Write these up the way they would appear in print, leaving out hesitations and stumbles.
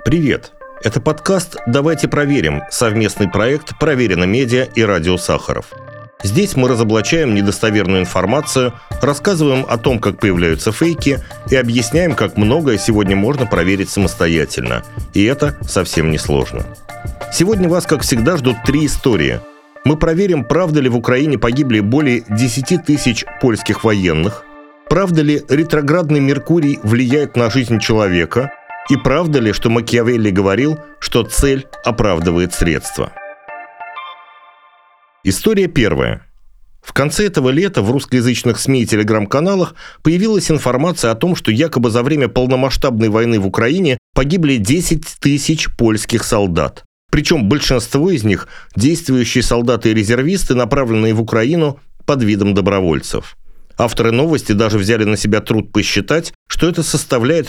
Привет! Это подкаст «Давайте проверим» – совместный проект «Проверено медиа» и «Радио Сахаров». Здесь мы разоблачаем недостоверную информацию, рассказываем о том, как появляются фейки, и объясняем, как многое сегодня можно проверить самостоятельно. И это совсем не сложно. Сегодня вас, как всегда, ждут 3 истории. Мы проверим, правда ли в Украине погибли более 10 тысяч польских военных, правда ли ретроградный Меркурий влияет на жизнь человека, и правда ли, что Макиавелли говорил, что цель оправдывает средства. История первая. В конце этого лета в русскоязычных СМИ и телеграм-каналах появилась информация о том, что якобы за время полномасштабной войны в Украине погибли 10 тысяч польских солдат. Причем большинство из них – действующие солдаты и резервисты, направленные в Украину под видом добровольцев. Авторы новости даже взяли на себя труд посчитать, что это составляет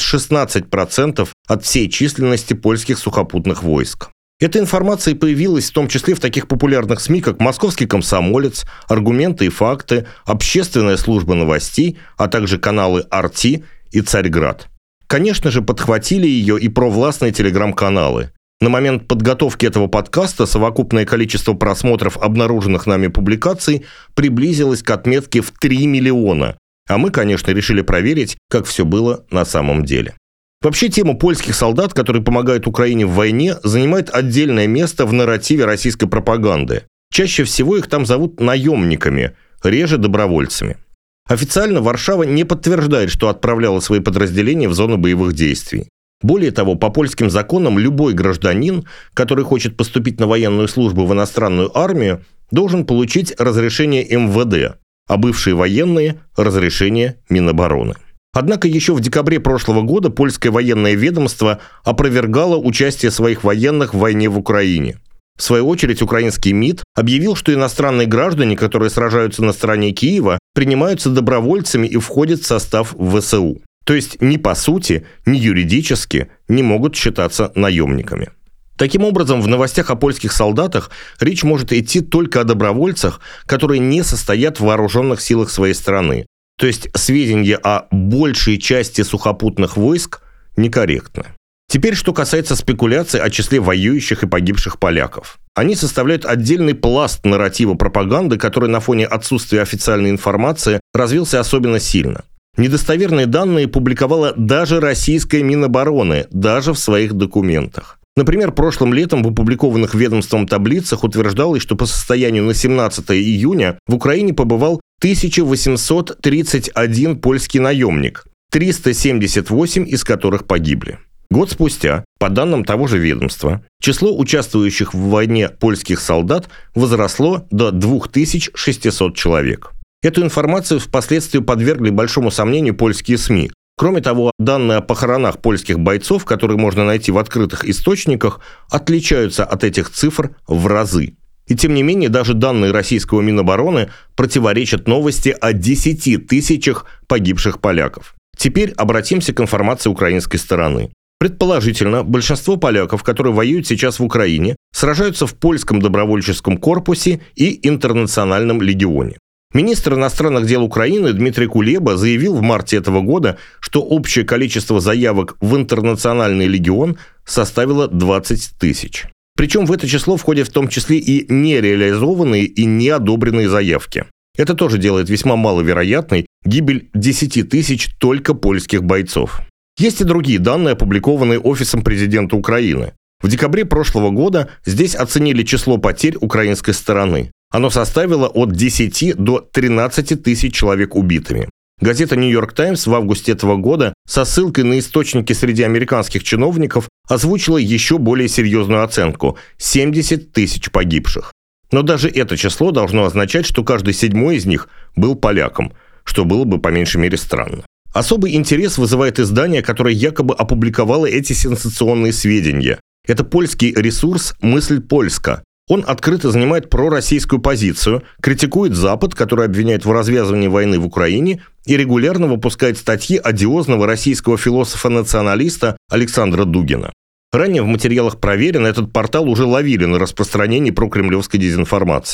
16% от всей численности польских сухопутных войск. Эта информация появилась в том числе в таких популярных СМИ, как «Московский комсомолец», «Аргументы и факты», «Общественная служба новостей», а также каналы «Арти» и «Царьград». Конечно же, подхватили ее и провластные телеграм-каналы. На момент подготовки этого подкаста совокупное количество просмотров обнаруженных нами публикаций приблизилось к отметке в 3 миллиона. А мы, конечно, решили проверить, как все было на самом деле. Вообще, тема польских солдат, которые помогают Украине в войне, занимает отдельное место в нарративе российской пропаганды. Чаще всего их там зовут наемниками, реже добровольцами. Официально Варшава не подтверждает, что отправляла свои подразделения в зону боевых действий. Более того, по польским законам любой гражданин, который хочет поступить на военную службу в иностранную армию, должен получить разрешение МВД, а бывшие военные – разрешение Минобороны. Однако еще в декабре прошлого года польское военное ведомство опровергало участие своих военных в войне в Украине. В свою очередь, украинский МИД объявил, что иностранные граждане, которые сражаются на стороне Киева, принимаются добровольцами и входят в состав ВСУ. То есть ни по сути, ни юридически не могут считаться наемниками. Таким образом, в новостях о польских солдатах речь может идти только о добровольцах, которые не состоят в вооруженных силах своей страны. То есть сведения о большей части сухопутных войск некорректны. Теперь, что касается спекуляций о числе воюющих и погибших поляков. Они составляют отдельный пласт нарратива пропаганды, который на фоне отсутствия официальной информации развился особенно сильно. Недостоверные данные публиковала даже российская Минобороны, даже в своих документах. Например, прошлым летом в опубликованных ведомством таблицах утверждалось, что по состоянию на 17 июня в Украине побывал 1831 польский наемник, 378 из которых погибли. Год спустя, по данным того же ведомства, число участвующих в войне польских солдат возросло до 2600 человек. Эту информацию впоследствии подвергли большому сомнению польские СМИ. Кроме того, данные о похоронах польских бойцов, которые можно найти в открытых источниках, отличаются от этих цифр в разы. И тем не менее, даже данные российского Минобороны противоречат новости о 10 тысячах погибших поляков. Теперь обратимся к информации украинской стороны. Предположительно, большинство поляков, которые воюют сейчас в Украине, сражаются в польском добровольческом корпусе и интернациональном легионе. Министр иностранных дел Украины Дмитрий Кулеба заявил в марте этого года, что общее количество заявок в интернациональный легион составило 20 тысяч. Причем в это число входят в том числе и нереализованные и неодобренные заявки. Это тоже делает весьма маловероятной гибель 10 тысяч только польских бойцов. Есть и другие данные, опубликованные Офисом президента Украины. В декабре прошлого года здесь оценили число потерь украинской стороны. Оно составило от 10 до 13 тысяч человек убитыми. Газета «Нью-Йорк Таймс» в августе этого года со ссылкой на источники среди американских чиновников озвучила еще более серьезную оценку – 70 тысяч погибших. Но даже это число должно означать, что каждый 7-й из них был поляком, что было бы по меньшей мере странно. Особый интерес вызывает издание, которое якобы опубликовало эти сенсационные сведения. Это польский ресурс «Мысль Польска». Он открыто занимает пророссийскую позицию, критикует Запад, который обвиняет в развязывании войны в Украине, и регулярно выпускает статьи одиозного российского философа-националиста Александра Дугина. Ранее в материалах «Проверено» этот портал уже ловили на распространении прокремлевской дезинформации.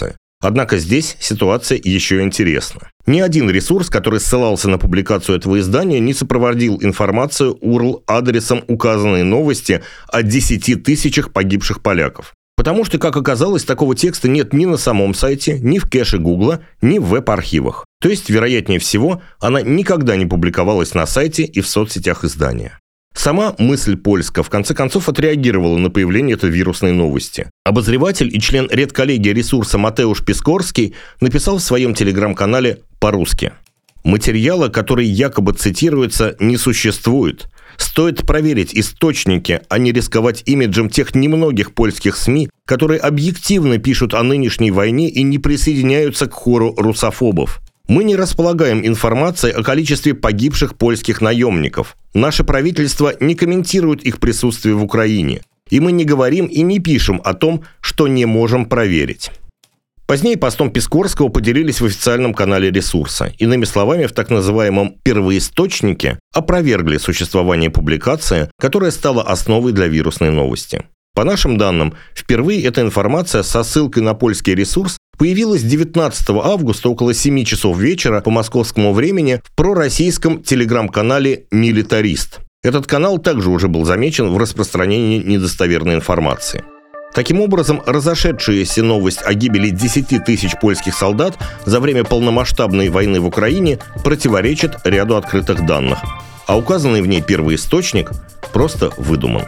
Однако здесь ситуация еще интересна. Ни один ресурс, который ссылался на публикацию этого издания, не сопроводил информацию URL-адресом указанной новости о 10 тысячах погибших поляков. Потому что, как оказалось, такого текста нет ни на самом сайте, ни в кэше Гугла, ни в веб-архивах. То есть, вероятнее всего, она никогда не публиковалась на сайте и в соцсетях издания. Сама мысль Польска в конце концов отреагировала на появление этой вирусной новости. Обозреватель и член редколлегии ресурса Матеуш Пискорский написал в своем телеграм-канале по-русски: «Материала, который якобы цитируется, не существует. Стоит проверить источники, а не рисковать имиджем тех немногих польских СМИ, которые объективно пишут о нынешней войне и не присоединяются к хору русофобов. Мы не располагаем информацией о количестве погибших польских наемников. Наше правительство не комментирует их присутствие в Украине. И мы не говорим и не пишем о том, что не можем проверить». Позднее постом Пискорского поделились в официальном канале ресурса. Иными словами, в так называемом «первоисточнике» опровергли существование публикации, которая стала основой для вирусной новости. По нашим данным, впервые эта информация со ссылкой на польский ресурс появилась 19 августа около 7 часов вечера по московскому времени в пророссийском телеграм-канале «Милитарист». Этот канал также уже был замечен в распространении недостоверной информации. Таким образом, разошедшаяся новость о гибели 10 тысяч польских солдат за время полномасштабной войны в Украине противоречит ряду открытых данных, а указанный в ней первоисточник просто выдуман.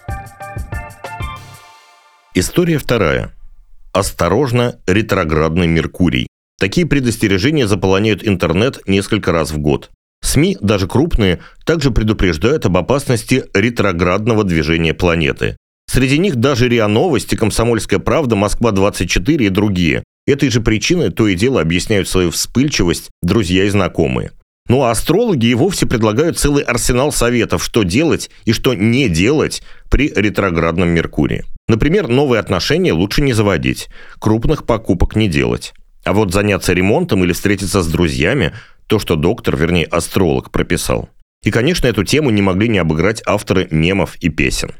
История вторая. Осторожно, ретроградный Меркурий. Такие предостережения заполоняют интернет несколько раз в год. СМИ, даже крупные, также предупреждают об опасности ретроградного движения планеты. Среди них даже РИА Новости, Комсомольская правда, Москва-24 и другие. Этой же причиной то и дело объясняют свою вспыльчивость друзья и знакомые. Ну а астрологи и вовсе предлагают целый арсенал советов, что делать и что не делать при ретроградном Меркурии. Например, новые отношения лучше не заводить, крупных покупок не делать. А вот заняться ремонтом или встретиться с друзьями – то, что доктор, вернее астролог, прописал. И, конечно, эту тему не могли не обыграть авторы мемов и песен.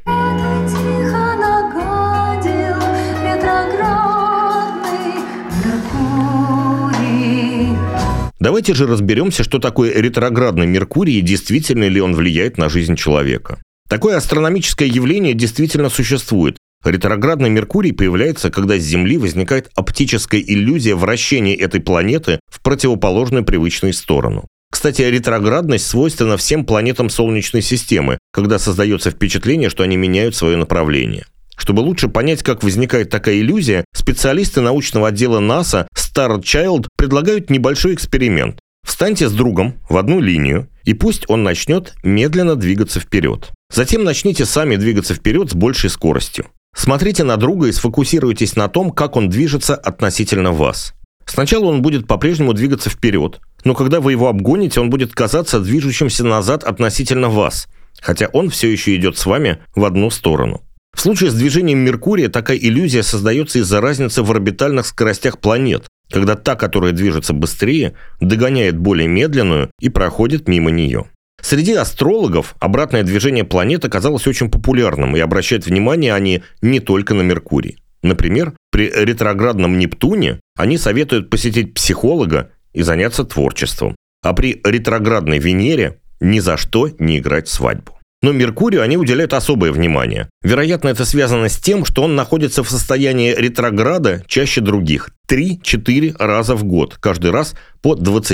Давайте же разберемся, что такое ретроградный Меркурий и действительно ли он влияет на жизнь человека. Такое астрономическое явление действительно существует. Ретроградный Меркурий появляется, когда с Земли возникает оптическая иллюзия вращения этой планеты в противоположную привычную сторону. Кстати, ретроградность свойственна всем планетам Солнечной системы, когда создается впечатление, что они меняют свое направление. Чтобы лучше понять, как возникает такая иллюзия, специалисты научного отдела НАСА Star Child предлагают небольшой эксперимент. Встаньте с другом в одну линию, и пусть он начнет медленно двигаться вперед. Затем начните сами двигаться вперед с большей скоростью. Смотрите на друга и сфокусируйтесь на том, как он движется относительно вас. Сначала он будет по-прежнему двигаться вперед, но когда вы его обгоните, он будет казаться движущимся назад относительно вас, хотя он все еще идет с вами в одну сторону. В случае с движением Меркурия такая иллюзия создается из-за разницы в орбитальных скоростях планет, когда та, которая движется быстрее, догоняет более медленную и проходит мимо нее. Среди астрологов обратное движение планет оказалось очень популярным, и обращают внимание они не только на Меркурий. Например, при ретроградном Нептуне они советуют посетить психолога и заняться творчеством, а при ретроградной Венере ни за что не играть свадьбу. Но Меркурию они уделяют особое внимание. Вероятно, это связано с тем, что он находится в состоянии ретрограда чаще других – 3-4 раза в год, каждый раз по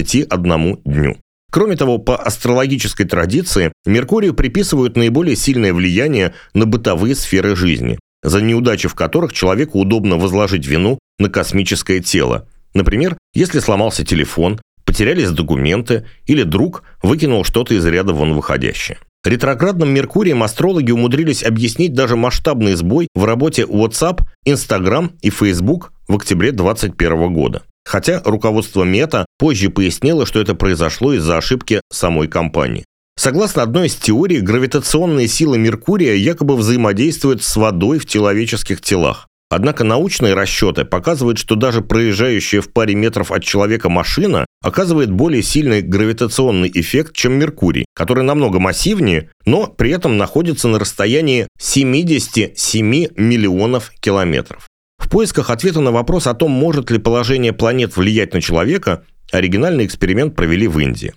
21 дню. Кроме того, по астрологической традиции Меркурию приписывают наиболее сильное влияние на бытовые сферы жизни, за неудачи в которых человеку удобно возложить вину на космическое тело. Например, если сломался телефон, потерялись документы или друг выкинул что-то из ряда вон выходящее. Ретроградным Меркурием астрологи умудрились объяснить даже масштабный сбой в работе WhatsApp, Instagram и Facebook в октябре 2021 года. Хотя руководство Мета позже пояснило, что это произошло из-за ошибки самой компании. Согласно одной из теорий, гравитационные силы Меркурия якобы взаимодействуют с водой в человеческих телах. Однако научные расчеты показывают, что даже проезжающая в паре метров от человека машина оказывает более сильный гравитационный эффект, чем Меркурий, который намного массивнее, но при этом находится на расстоянии 77 миллионов километров. В поисках ответа на вопрос о том, может ли положение планет влиять на человека, оригинальный эксперимент провели в Индии.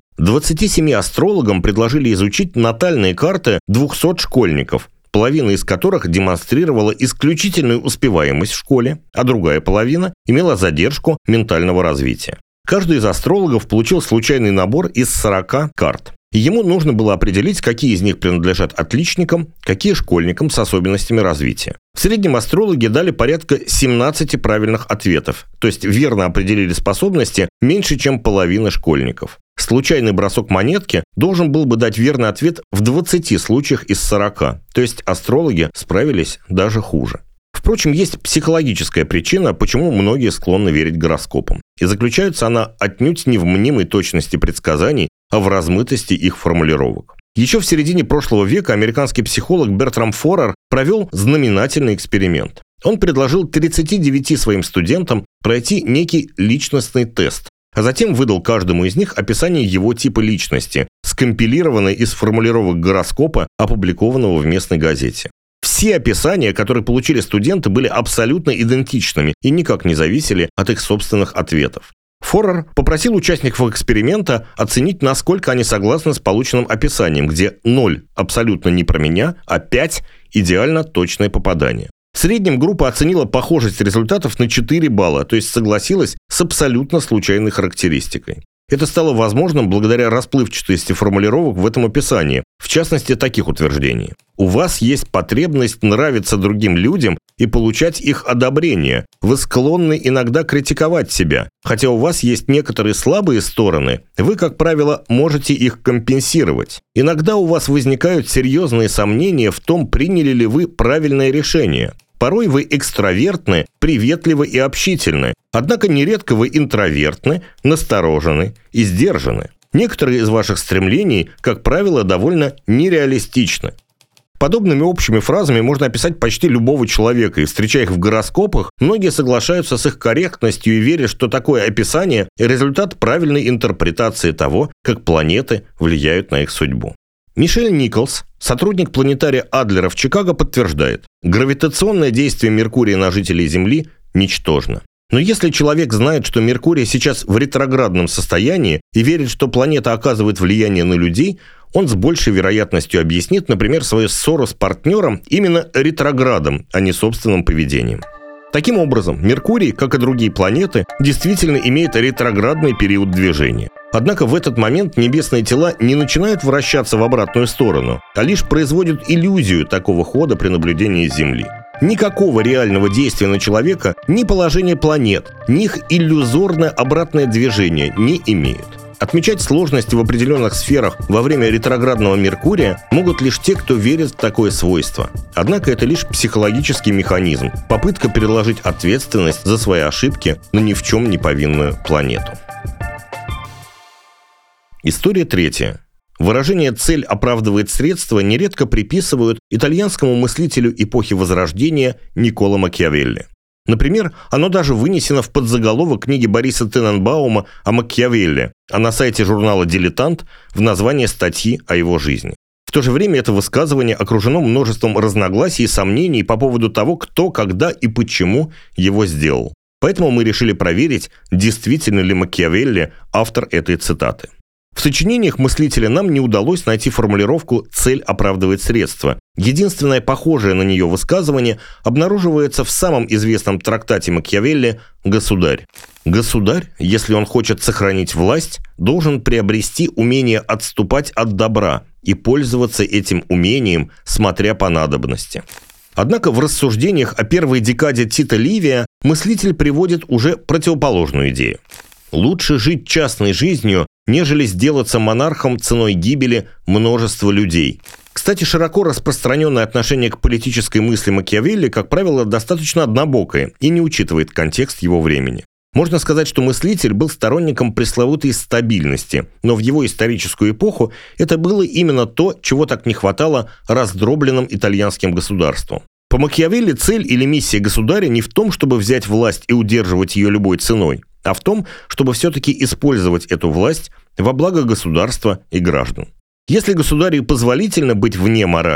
27 астрологам предложили изучить натальные карты 200 школьников, половина из которых демонстрировала исключительную успеваемость в школе, а другая половина имела задержку ментального развития. Каждый из астрологов получил случайный набор из 40 карт. Ему нужно было определить, какие из них принадлежат отличникам, какие школьникам с особенностями развития. В среднем астрологи дали порядка 17 правильных ответов, то есть верно определили способности меньше, чем половина школьников. Случайный бросок монетки должен был бы дать верный ответ в 20 случаях из 40, то есть астрологи справились даже хуже. Впрочем, есть психологическая причина, почему многие склонны верить гороскопам. И заключается она отнюдь не в мнимой точности предсказаний, а в размытости их формулировок. Еще в середине прошлого века американский психолог Бертрам Форер провел знаменательный эксперимент. Он предложил 39 своим студентам пройти некий личностный тест, а затем выдал каждому из них описание его типа личности, скомпилированное из формулировок гороскопа, опубликованного в местной газете. Все описания, которые получили студенты, были абсолютно идентичными и никак не зависели от их собственных ответов. Форер попросил участников эксперимента оценить, насколько они согласны с полученным описанием, где 0 абсолютно не про меня, а 5 идеально точное попадание. В среднем группа оценила похожесть результатов на 4 балла, то есть согласилась с абсолютно случайной характеристикой. Это стало возможным благодаря расплывчатости формулировок в этом описании, в частности, таких утверждений. У вас есть потребность нравиться другим людям и получать их одобрение. Вы склонны иногда критиковать себя. Хотя у вас есть некоторые слабые стороны, вы, как правило, можете их компенсировать. Иногда у вас возникают серьезные сомнения в том, приняли ли вы правильное решение. Порой вы экстравертны, приветливы и общительны, однако нередко вы интровертны, насторожены и сдержаны. Некоторые из ваших стремлений, как правило, довольно нереалистичны. Подобными общими фразами можно описать почти любого человека, и, встречая их в гороскопах, многие соглашаются с их корректностью и верят, что такое описание – результат правильной интерпретации того, как планеты влияют на их судьбу. Мишель Николс, сотрудник планетария Адлера в Чикаго, подтверждает, гравитационное действие Меркурия на жителей Земли ничтожно. Но если человек знает, что Меркурий сейчас в ретроградном состоянии и верит, что планета оказывает влияние на людей, он с большей вероятностью объяснит, например, свою ссору с партнером именно ретроградом, а не собственным поведением. Таким образом, Меркурий, как и другие планеты, действительно имеет ретроградный период движения. Однако в этот момент небесные тела не начинают вращаться в обратную сторону, а лишь производят иллюзию такого хода при наблюдении с Земли. Никакого реального действия на человека ни положение планет, ни их иллюзорное обратное движение не имеют. Отмечать сложности в определенных сферах во время ретроградного Меркурия могут лишь те, кто верит в такое свойство. Однако это лишь психологический механизм, попытка переложить ответственность за свои ошибки на ни в чем не повинную планету. История третья. Выражение «цель оправдывает средства» нередко приписывают итальянскому мыслителю эпохи Возрождения Никколо Макиавелли. Например, оно даже вынесено в подзаголовок книги Бориса Тененбаума о Макиавелли, а на сайте журнала «Дилетант» в название статьи о его жизни. В то же время это высказывание окружено множеством разногласий и сомнений по поводу того, кто, когда и почему его сделал. Поэтому мы решили проверить, действительно ли Макиавелли автор этой цитаты. В сочинениях мыслителя нам не удалось найти формулировку «цель оправдывает средства». Единственное похожее на нее высказывание обнаруживается в самом известном трактате Макиавелли «Государь». Государь, если он хочет сохранить власть, должен приобрести умение отступать от добра и пользоваться этим умением, смотря по надобности. Однако в рассуждениях о первой декаде Тита Ливия мыслитель приводит уже противоположную идею. Лучше жить частной жизнью, нежели сделаться монархом ценой гибели множества людей. Кстати, широко распространенное отношение к политической мысли Макиавелли, как правило, достаточно однобокое и не учитывает контекст его времени. Можно сказать, что мыслитель был сторонником пресловутой стабильности, но в его историческую эпоху это было именно то, чего так не хватало раздробленным итальянским государствам. По Макиавелли цель или миссия государя не в том, чтобы взять власть и удерживать ее любой ценой, а в том, чтобы все-таки использовать эту власть во благо государства и граждан. Если государю позволительно быть вне морали,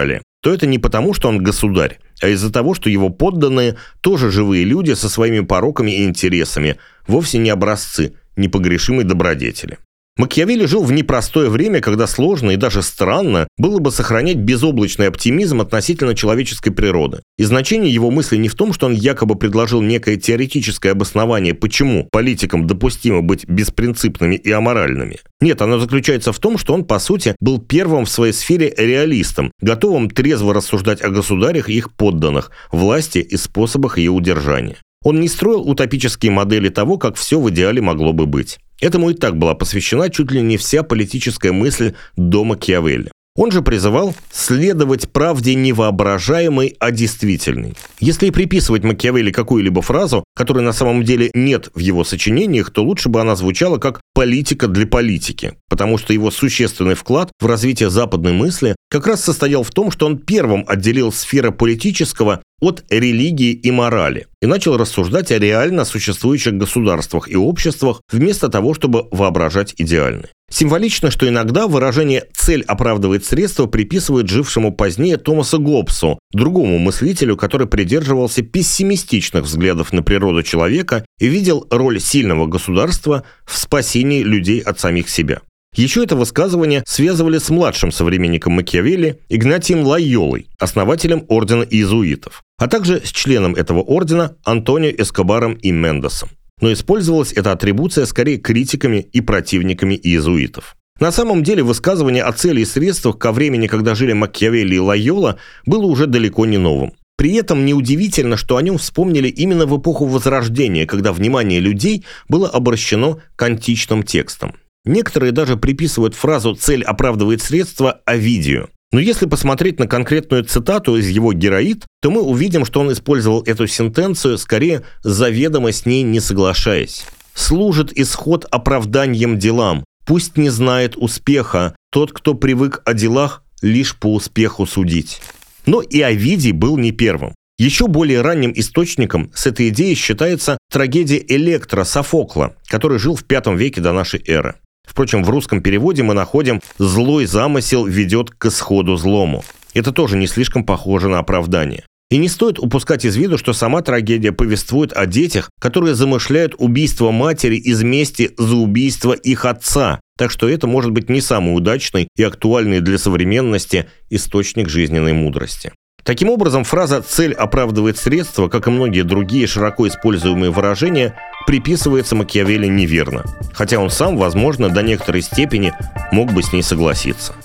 то это не потому, что он государь, а из-за того, что его подданные тоже живые люди со своими пороками и интересами, вовсе не образцы непогрешимой добродетели. Макиавелли жил в непростое время, когда сложно и даже странно было бы сохранять безоблачный оптимизм относительно человеческой природы. И значение его мысли не в том, что он якобы предложил некое теоретическое обоснование, почему политикам допустимо быть беспринципными и аморальными. Нет, оно заключается в том, что он, по сути, был первым в своей сфере реалистом, готовым трезво рассуждать о государях и их подданных, власти и способах ее удержания. Он не строил утопические модели того, как все в идеале могло бы быть. Этому и так была посвящена чуть ли не вся политическая мысль до Макиавелли. Он же призывал следовать правде не воображаемой, а действительной. Если и приписывать Макиавелли какую-либо фразу, которой на самом деле нет в его сочинениях, то лучше бы она звучала как «политика для политики», потому что его существенный вклад в развитие западной мысли как раз состоял в том, что он первым отделил сферу политического от религии и морали и начал рассуждать о реально существующих государствах и обществах вместо того, чтобы воображать идеальные. Символично, что иногда выражение «цель оправдывает средства» приписывают жившему позднее Томасу Гоббсу, другому мыслителю, который придерживался пессимистичных взглядов на природу человека и видел роль сильного государства в спасении людей от самих себя. Еще это высказывание связывали с младшим современником Макиавелли Игнатием Лойолой, основателем ордена иезуитов, а также с членом этого ордена Антонио Эскобаром и Мендесом. Но использовалась эта атрибуция скорее критиками и противниками иезуитов. На самом деле высказывание о цели и средствах ко времени, когда жили Макиавелли и Лойола, было уже далеко не новым. При этом неудивительно, что о нем вспомнили именно в эпоху Возрождения, когда внимание людей было обращено к античным текстам. Некоторые даже приписывают фразу «цель оправдывает средства» Овидию. Но если посмотреть на конкретную цитату из его «Героид», то мы увидим, что он использовал эту сентенцию, скорее заведомо с ней не соглашаясь. «Служит исход оправданием делам, пусть не знает успеха тот, кто привык о делах лишь по успеху судить». Но и Овидий был не первым. Еще более ранним источником с этой идеей считается трагедия Электра Софокла, который жил в V веке до нашей эры. Впрочем, в русском переводе мы находим «злой замысел ведет к исходу злому». Это тоже не слишком похоже на оправдание. И не стоит упускать из виду, что сама трагедия повествует о детях, которые замышляют убийство матери из мести за убийство их отца. Так что это может быть не самый удачный и актуальный для современности источник жизненной мудрости. Таким образом, фраза «цель оправдывает средства», как и многие другие широко используемые выражения, приписывается Макиавелли неверно, хотя он сам, возможно, до некоторой степени мог бы с ней согласиться.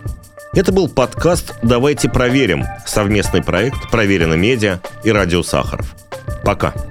Это был подкаст «Давайте проверим», совместный проект «Проверено Медиа» и «Радио Сахаров». Пока.